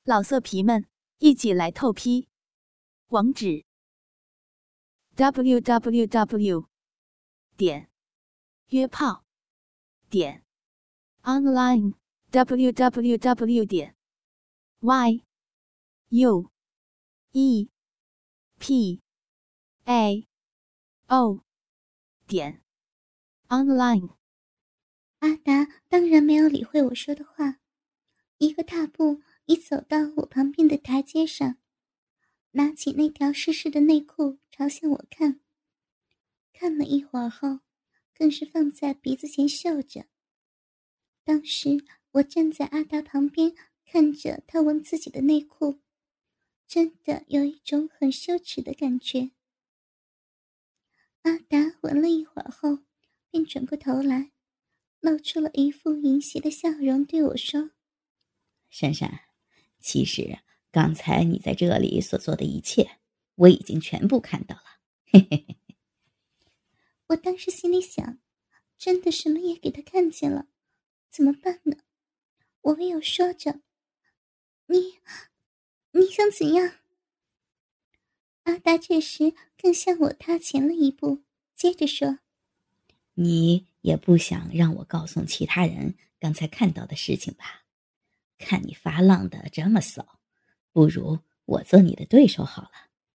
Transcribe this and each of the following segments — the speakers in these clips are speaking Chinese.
老色皮们，一起来透批！网址 www.约炮online www.yuepao online。 阿达当然没有理会我说的话，一个踏步已走到我旁边的台阶上，拿起那条湿湿的内裤朝向我看，看了一会儿后，更是放在鼻子前嗅着。当时我站在阿达旁边，看着他闻自己的内裤，真的有一种很羞耻的感觉。阿达闻了一会儿后，便转过头来，露出了一副淫邪的笑容对我说： 珊珊，其实刚才你在这里所做的一切，我已经全部看到了。嘿嘿嘿。 我当时心里想，真的什么也给他看见了，怎么办呢？我唯有说着：你想怎样？阿达这时更向我踏前了一步，接着说： 你也不想让我告诉其他人刚才看到的事情吧？看你发浪的这么骚，不如我做你的对手好了。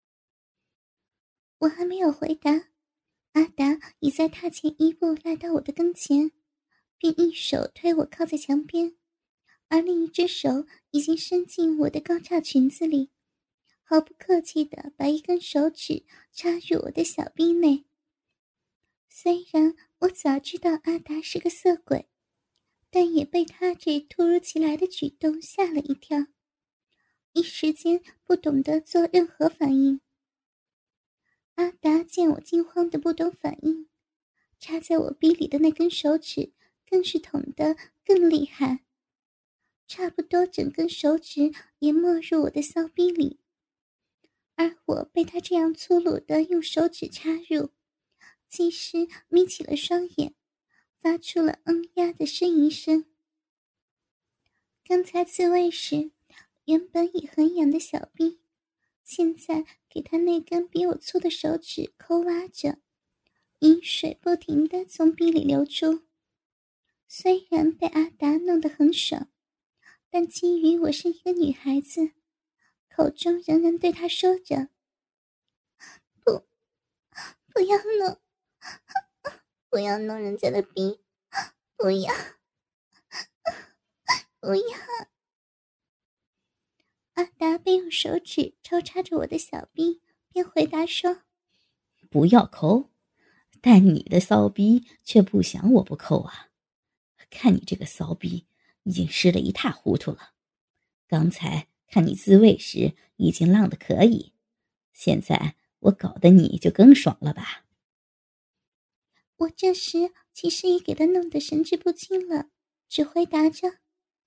我还没有回答，阿达已在踏前一步来到我的跟前，并一手推我靠在墙边，而另一只手已经伸进我的高叉裙子里，毫不客气地把一根手指插入我的小臂内。虽然我早知道阿达是个色鬼，但也被他这突如其来的举动吓了一跳，一时间不懂得做任何反应。阿达见我惊慌的不懂反应，插在我臂里的那根手指更是捅得更厉害，差不多整根手指也没入我的骚逼里，而我被他这样粗鲁地用手指插入，即时眯起了双眼，发出了呀的呻吟声。刚才自慰时原本已很痒的小臂，现在给他那根比我粗的手指抠挖着，饮水不停地从臂里流出。虽然被阿达弄得很爽，但基于我是一个女孩子，口中仍然对他说着：不要弄，不要弄人家的逼，不要，不要。阿达便用手指抽插着我的小臂，便回答说： 不要抠，但你的骚逼却不想我不抠啊。看你这个骚逼已经湿得一塌糊涂了，刚才看你自慰时已经浪得可以，现在我搞得你就更爽了吧？ 我这时其实也给他弄得神志不清了，只回答着：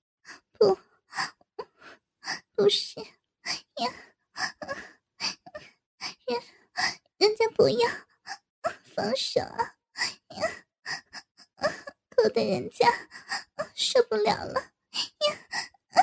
不是呀，人家不要，放手啊呀，扣得人家受不了了呀。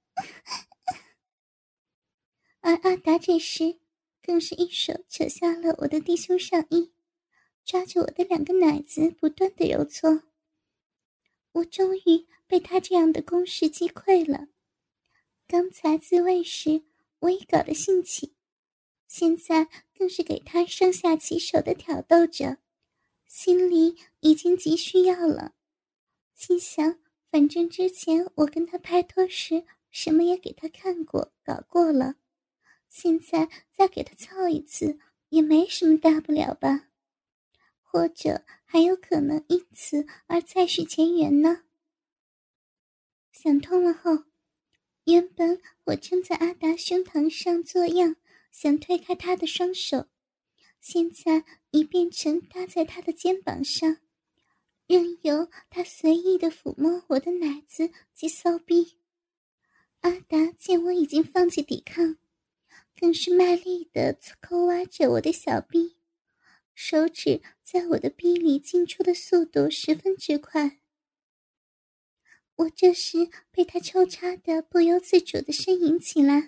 而阿达这时更是一手扯下了我的低胸上衣，抓着我的两个奶子不断地揉搓。我终于被他这样的攻势击溃了。刚才自慰时我已搞得兴起，现在更是给他上下其手的挑逗着，心里已经急需要了。心想反正之前我跟他拍拖时什么也给他看过搞过了，现在再给他操一次也没什么大不了吧，或者还有可能因此而再续前缘呢。想通了后，原本我正在阿达胸膛上作样，想推开他的双手，现在已变成搭在他的肩膀上，任由他随意地抚摸我的奶子及骚逼。阿达见我已经放弃抵抗，更是卖力地抠挖着我的小逼，手指在我的逼里进出的速度十分之快。 我这时被他抽插的不由自主地呻吟起来。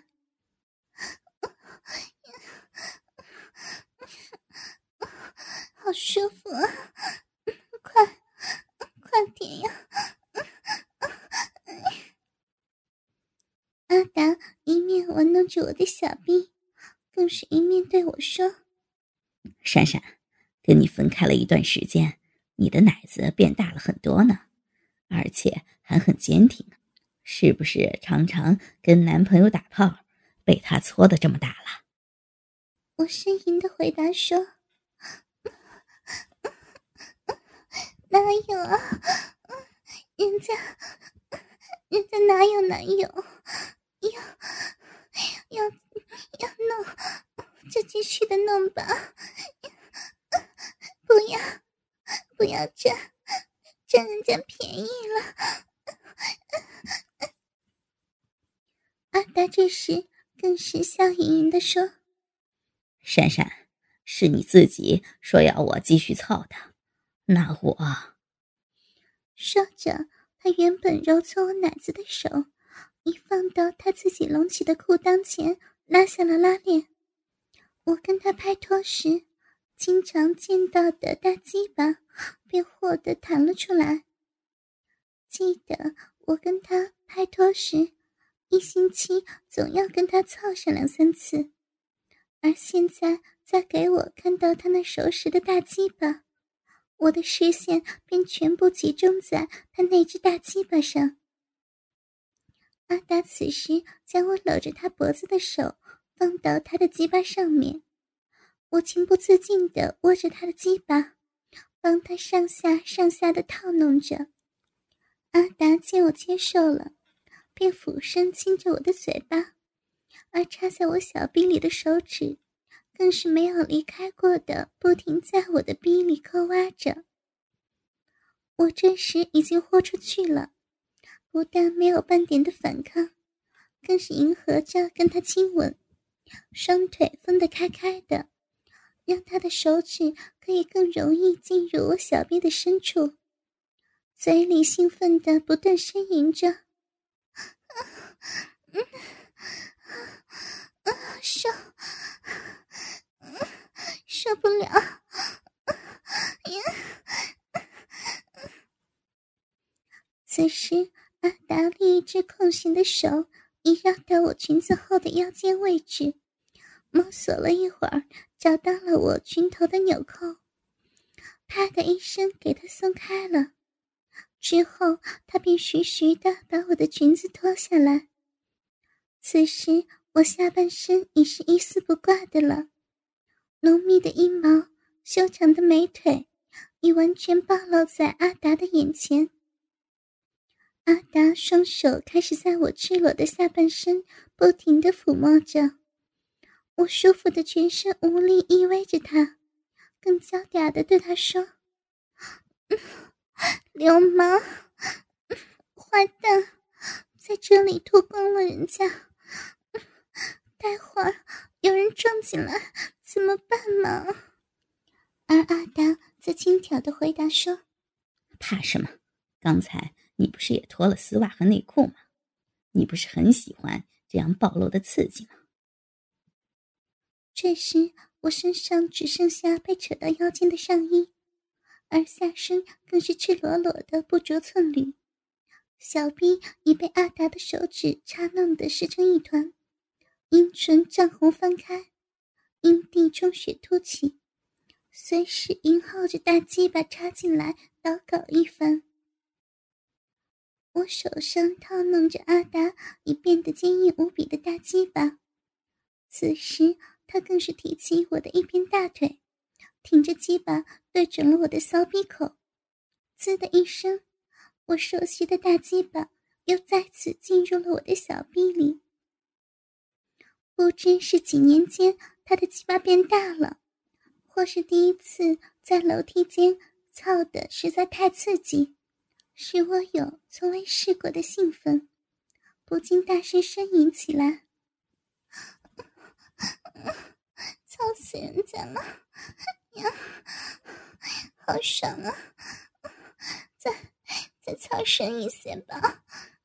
好舒服啊，快点呀！阿达一面玩弄着我的小臂，更是一面对我说： 闪闪，跟你分开了一段时间，你的奶子变大了很多呢，而且还很坚挺，是不是常常跟男朋友打炮，被他搓得这么大了？ 我呻吟的回答说：哪有啊，人家哪有要弄就继续的弄吧，不要占人家便宜了。阿达这时更是笑盈盈的说： 闪闪，是你自己说要我继续操的，那我…… 说着，他原本揉搓我奶子的手一放到他自己隆起的裤裆前，拉下了拉链。我跟他拍拖时经常见到的大鸡巴便豁地弹了出来。记得我跟他拍拖时一星期总要跟他操上2-3次，而现在再给我看到他那熟识的大鸡巴，我的视线便全部集中在他那只大鸡巴上。阿达此时将我搂着他脖子的手放到他的鸡巴上面，我情不自禁地握着他的鸡巴，帮他上下地套弄着。阿达见我接受了，便俯身亲着我的嘴巴，而插在我小臂里的手指更是没有离开过的，不停在我的臂里抠挖着。我这时已经豁出去了，不但没有半点的反抗，更是迎合着跟他亲吻，双腿分得开开的，让他的手指可以更容易进入我小臂的深处，嘴里兴奋地不断呻吟着：受不了！此时阿达另一只空闲的手已绕到我裙子后的腰间位置，摸索了一会儿，找到了我裙头的纽扣，啪的一声给它松开了。之后他便徐徐地把我的裙子脱下来。此时我下半身已是一丝不挂的了，浓密的阴毛，修长的美腿已完全暴露在阿达的眼前。阿达双手开始在我赤裸的下半身不停地抚摸着，我舒服的全身无力依偎着他，更娇嗲地对他说：流氓，坏蛋，在这里脱光了人家，待会儿有人撞进来怎么办嘛？而阿达则轻佻地回答说： 怕什么？刚才你不是也脱了丝袜和内裤吗？你不是很喜欢这样暴露的刺激吗？ 这时我身上只剩下被扯到腰间的上衣，而下身更是赤裸裸的不着寸缕，小臂已被阿达的手指插弄得湿成一团，阴唇涨红翻开，阴蒂充血凸起，随时迎候着大鸡巴插进来捣搞一番。我手上套弄着阿达已变得坚硬无比的大鸡巴，此时他更是提起我的一边大腿，挺着鸡巴对准了我的骚逼口，滋的一声，我熟悉的大鸡巴又再次进入了我的小逼里。不知是几年间他的鸡巴变大了，或是第一次在楼梯间操的实在太刺激，使我有从未试过的兴奋，不禁大声呻吟起来：操死人家了呀，好爽啊， 再操深一些吧。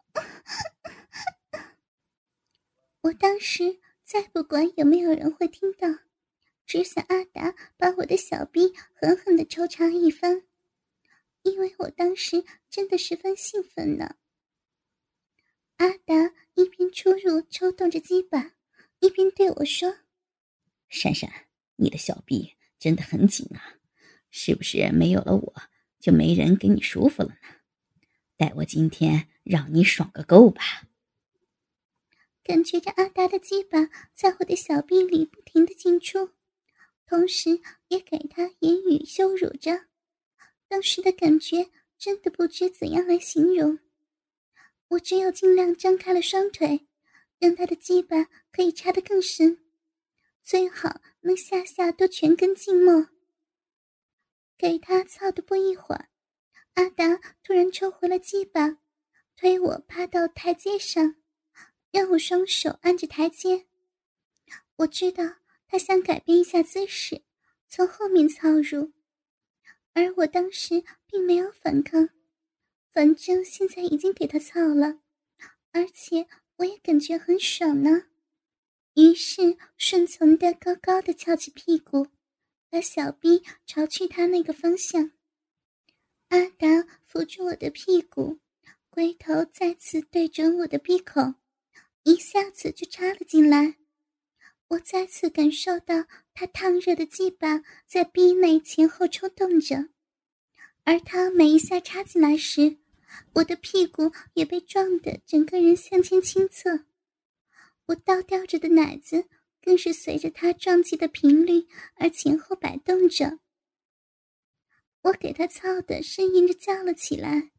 我当时再不管有没有人会听到，只想阿达把我的小臂狠狠地抽插一番，因为我当时真的十分兴奋呢。阿达一边出入抽动着鸡巴，一边对我说： 珊珊，你的小臂真的很紧啊，是不是没有了我就没人给你舒服了呢？待我今天让你爽个够吧。 感觉着阿达的鸡巴在我的小臂里不停地进出，同时也给他言语羞辱着，当时的感觉真的不知怎样来形容。我只有尽量张开了双腿，让他的鸡巴可以插得更深，最好能下下都全根浸没。给他操的不一会儿，阿达突然抽回了鸡巴，推我趴到台阶上，让我双手按着台阶。我知道他想改变一下姿势，从后面操入，而我当时并没有反抗，反正现在已经给他操了，而且我也感觉很爽呢。于是顺从地高高地翘起屁股，把小臂朝去他那个方向。阿达扶住我的屁股，龟头再次对准我的鼻孔，一下子就插了进来。我再次感受到他烫热的鸡巴在逼内前后抽动着，而他每一下插进来时，我的屁股也被撞得整个人向前倾侧，我倒吊着的奶子更是随着他撞击的频率而前后摆动着。我给他操得呻吟着叫了起来，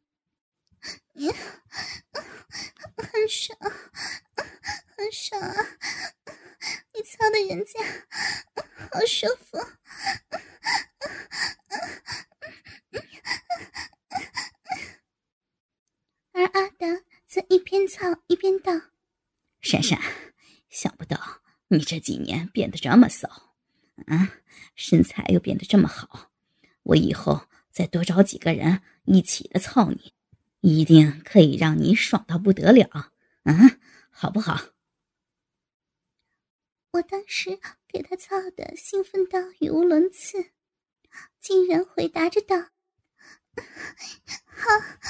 很爽，很爽啊！你操的人家好舒服。而阿达则一边操一边道： 珊珊，想不到你这几年变得这么骚啊，身材又变得这么好，我以后再多找几个人一起的操你，一定可以让你爽到不得了啊，好不好？ 我当时给他操得兴奋到语无伦次，竟然回答着道：好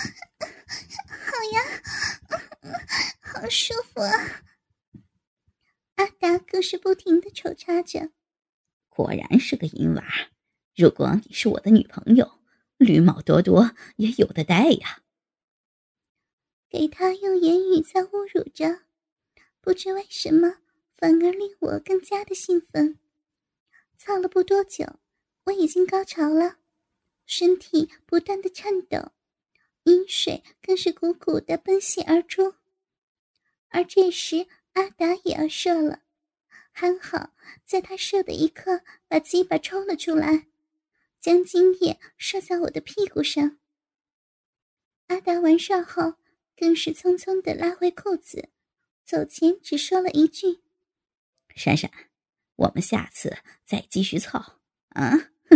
呀，好舒服啊。阿达更是不停地抽插着， 果然是个淫娃，如果你是我的女朋友，绿帽多多也有的戴呀。 给他用言语在侮辱着，不知为什么反而令我更加的兴奋。操了不多久，我已经高潮了，身体不断的颤抖，阴水更是汩汩的奔泻而出。而这时阿达也要射了，还好在他射的一刻把鸡巴抽了出来，将精液射在我的屁股上。阿达完事后更是匆匆地拉回裤子，走前只说了一句： 珊珊，我们下次再继续操啊！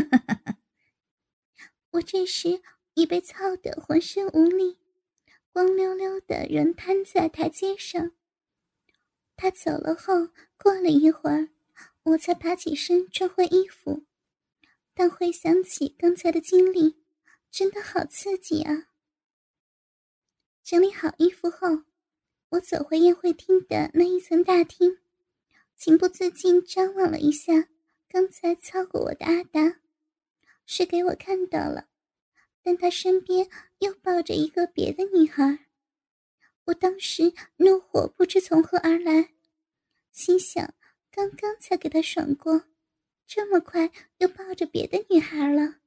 我这时已被操得浑身无力，光溜溜的人瘫在台阶上。他走了后，过了一会儿，我才爬起身穿回衣服，但回想起刚才的经历，真的好刺激啊。整理好衣服后，我走回宴会厅的那一层大厅，情不自禁张望了一下刚才操过我的阿达，是给我看到了，但他身边又抱着一个别的女孩。我当时怒火不知从何而来，心想刚刚才给他爽过，这么快又抱着别的女孩了。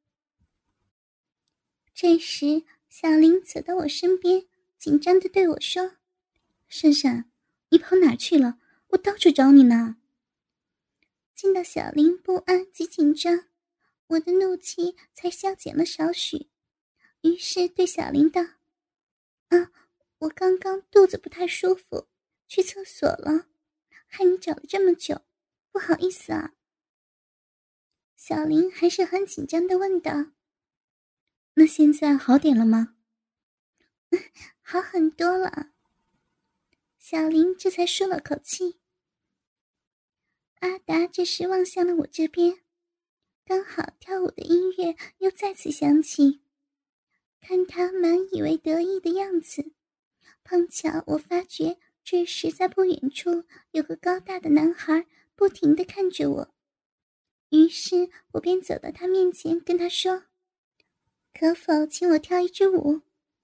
这时小林走到我身边，紧张地对我说： 珊珊，你跑哪去了？我到处找你呢。 见到小林不安及紧张，我的怒气才消减了少许，于是对小林道：我刚刚肚子不太舒服，去厕所了，害你找了这么久，不好意思啊。小林还是很紧张地问道： 那现在好点了吗？ 好很多了。小林这才舒了口气。阿达这时望向了我这边，刚好跳舞的音乐又再次响起。看他满以为得意的样子，碰巧我发觉这时在不远处有个高大的男孩不停地看着我，于是我便走到他面前跟他说：可否请我跳一支舞？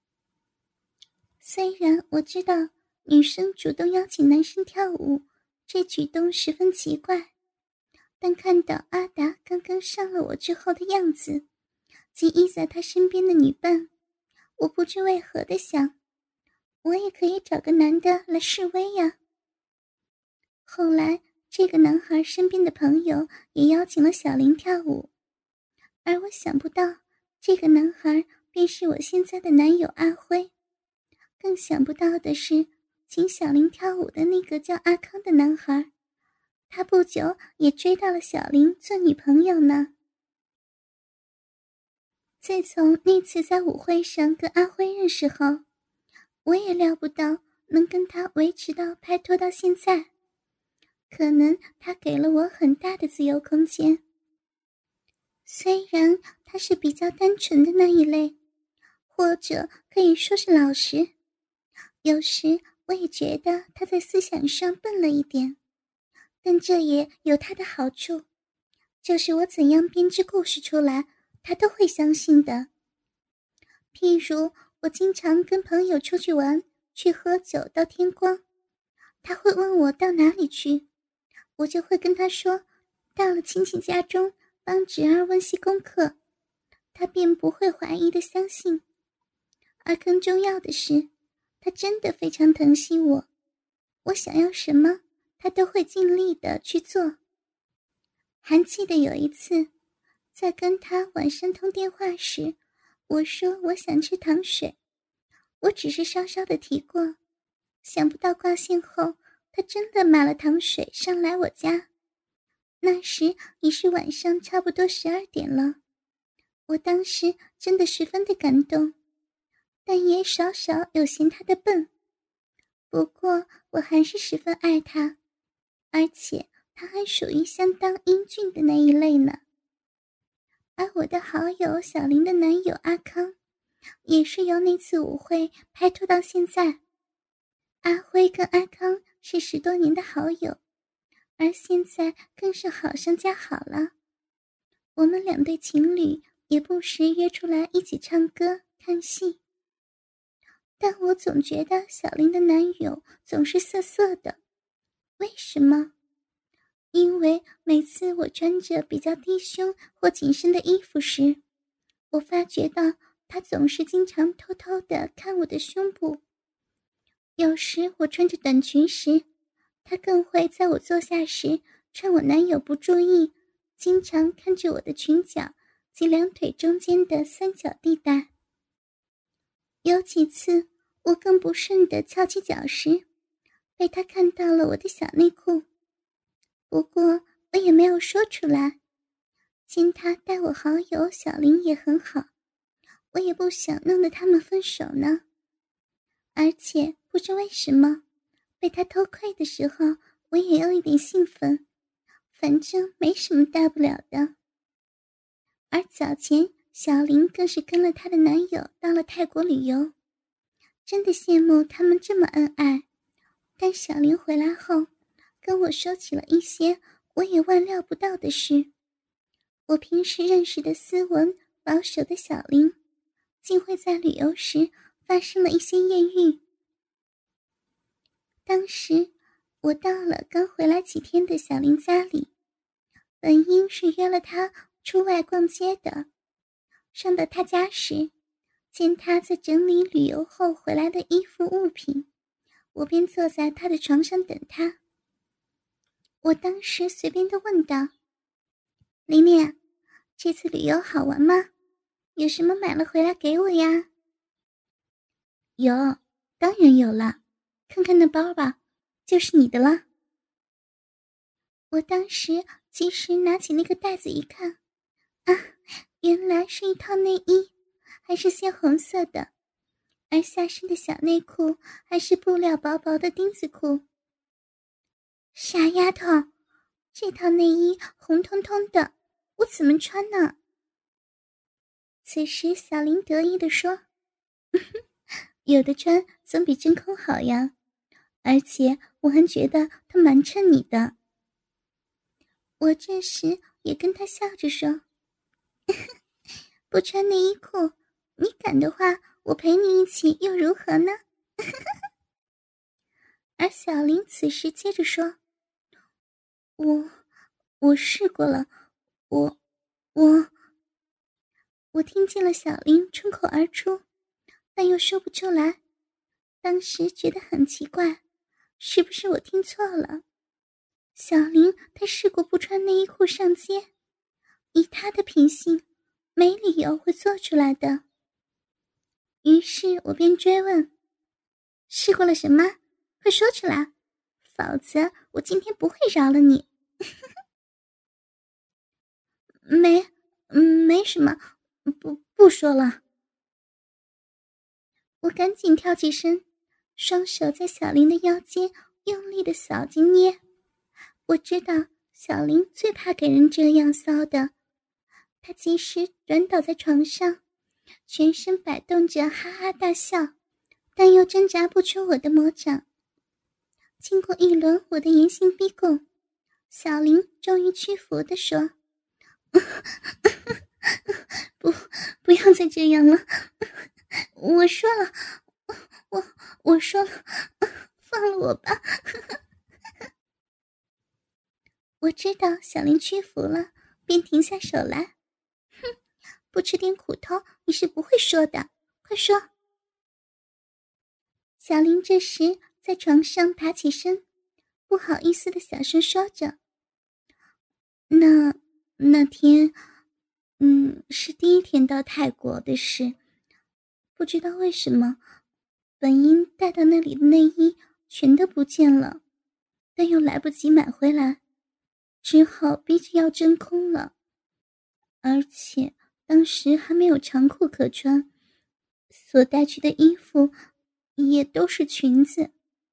虽然我知道女生主动邀请男生跳舞这举动十分奇怪，但看到阿达刚刚上了我之后的样子，及依在他身边的女伴，我不知为何的想，我也可以找个男的来示威呀。后来这个男孩身边的朋友也邀请了小林跳舞，而我想不到这个男孩便是我现在的男友阿辉，更想不到的是请小林跳舞的那个叫阿康的男孩，他不久也追到了小林做女朋友呢。自从那次在舞会上跟阿辉认识后，我也料不到能跟他维持到拍拖到现在，可能他给了我很大的自由空间。虽然他是比较单纯的那一类，或者可以说是老实，有时我也觉得他在思想上笨了一点，但这也有他的好处，就是我怎样编织故事出来，他都会相信的。譬如我经常跟朋友出去玩，去喝酒到天光，他会问我到哪里去，我就会跟他说到了亲戚家中帮侄儿温习功课，他便不会怀疑的相信。而更重要的是，他真的非常疼惜我，我想要什么他都会尽力的去做。还记得有一次在跟他晚上通电话时，我说我想吃糖水，我只是稍稍的提过，想不到挂线后他真的买了糖水上来我家。那时已是晚上差不多12点了，我当时真的十分的感动，但也少少有嫌他的笨。不过我还是十分爱他，而且他还属于相当英俊的那一类呢。而我的好友小林的男友阿康，也是由那次舞会拍拖到现在。阿辉跟阿康是10多年的好友，而现在更是好上加好了。我们2对情侣也不时约出来一起唱歌看戏。但我总觉得小林的男友总是色色的，为什么？因为每次我穿着比较低胸或紧身的衣服时，我发觉到他总是经常偷偷地看我的胸部。有时我穿着短裙时，他更会在我坐下时趁我男友不注意，经常看着我的裙角及2腿中间的三角地带。有几次我更不慎地翘起脚时，被他看到了我的小内裤。不过我也没有说出来，见他待我好友小林也很好，我也不想弄得他们分手呢。而且不知为什么，被他偷窥的时候我也有一点兴奋，反正没什么大不了的。而早前小林更是跟了她的男友到了泰国旅游，真的羡慕他们这么恩爱。但小林回来后跟我说起了一些我也万料不到的事。我平时认识的斯文保守的小林，竟会在旅游时发生了一些艳遇。当时我到了刚回来几天的小林家里，本应是约了他出外逛街的。上到他家时，见他在整理旅游后回来的衣服物品，我便坐在他的床上等他。我当时随便地问道：琳琳，这次旅游好玩吗？有什么买了回来给我呀？有，当然有了，看看那包吧，就是你的了。我当时及时拿起那个袋子一看，啊，原来是一套内衣，还是鲜红色的， 而下身的小内裤还是布料薄薄的丁字裤。傻丫头，这套内衣红彤彤的，我怎么穿呢？此时小林得意地说，有的穿总比真空好呀，而且我还觉得它蛮衬你的。我这时也跟他笑着说，不穿内衣裤，你敢的话，我陪你一起又如何呢？而小林此时接着说，我试过了，我听见了小林冲口而出，但又说不出来。当时觉得很奇怪，是不是我听错了？小林他试过不穿内衣裤上街，以他的品性，没理由会做出来的。于是我便追问，试过了什么？快说出来，否则我今天不会饶了你。没什么，不说了。我赶紧跳起身，双手在小林的腰间用力地扫进捏。我知道小林最怕给人这样骚的，他及时软倒在床上，全身摆动着哈哈大笑，但又挣扎不出我的魔掌。经过一轮我的严刑逼供，小林终于屈服地说，不要再这样了，我说了，我说了，放了我吧。我知道小林屈服了，便停下手来。哼，不吃点苦头你是不会说的，快说。小林这时在床上爬起身，不好意思的小声说着，那天是第一天到泰国的事，不知道为什么本应带到那里的内衣全都不见了，但又来不及买回来，只好逼着要真空了。而且当时还没有长裤可穿，所带去的衣服也都是裙子。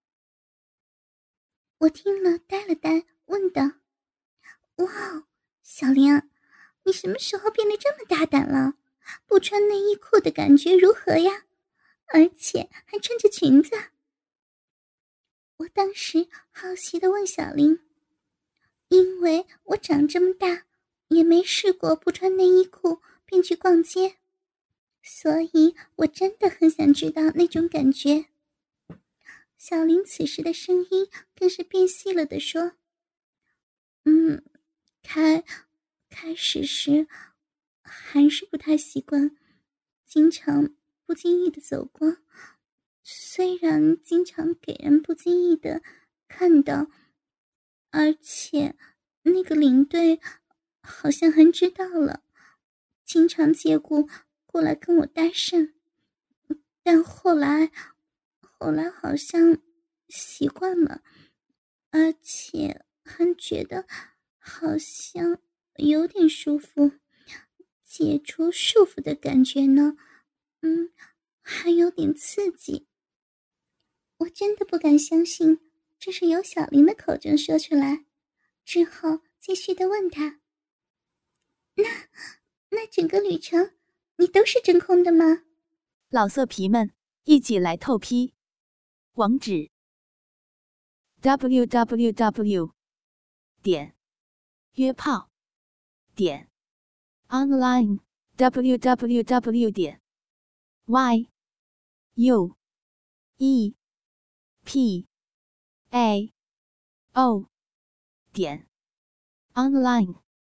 我听了呆了呆，问道，哇，小林，你什么时候变得这么大胆了？不穿内衣裤的感觉如何呀？而且还穿着裙子。我当时好奇地问小林，因为我长这么大也没试过不穿内衣裤便去逛街，所以我真的很想知道那种感觉。小林此时的声音更是变细了地说，开始时还是不太习惯，经常不经意的走光，虽然经常给人不经意的看到，而且那个领队好像还知道了，经常借故过来跟我搭讪，但后来好像习惯了，而且还觉得好像有点舒服，解除束缚的感觉呢，还有点刺激。我真的不敢相信这是由小林的口中说出来，之后继续的问他，那整个旅程你都是真空的吗？ 老色皮们一起来透批，网址 www.约炮online www.yuepao.online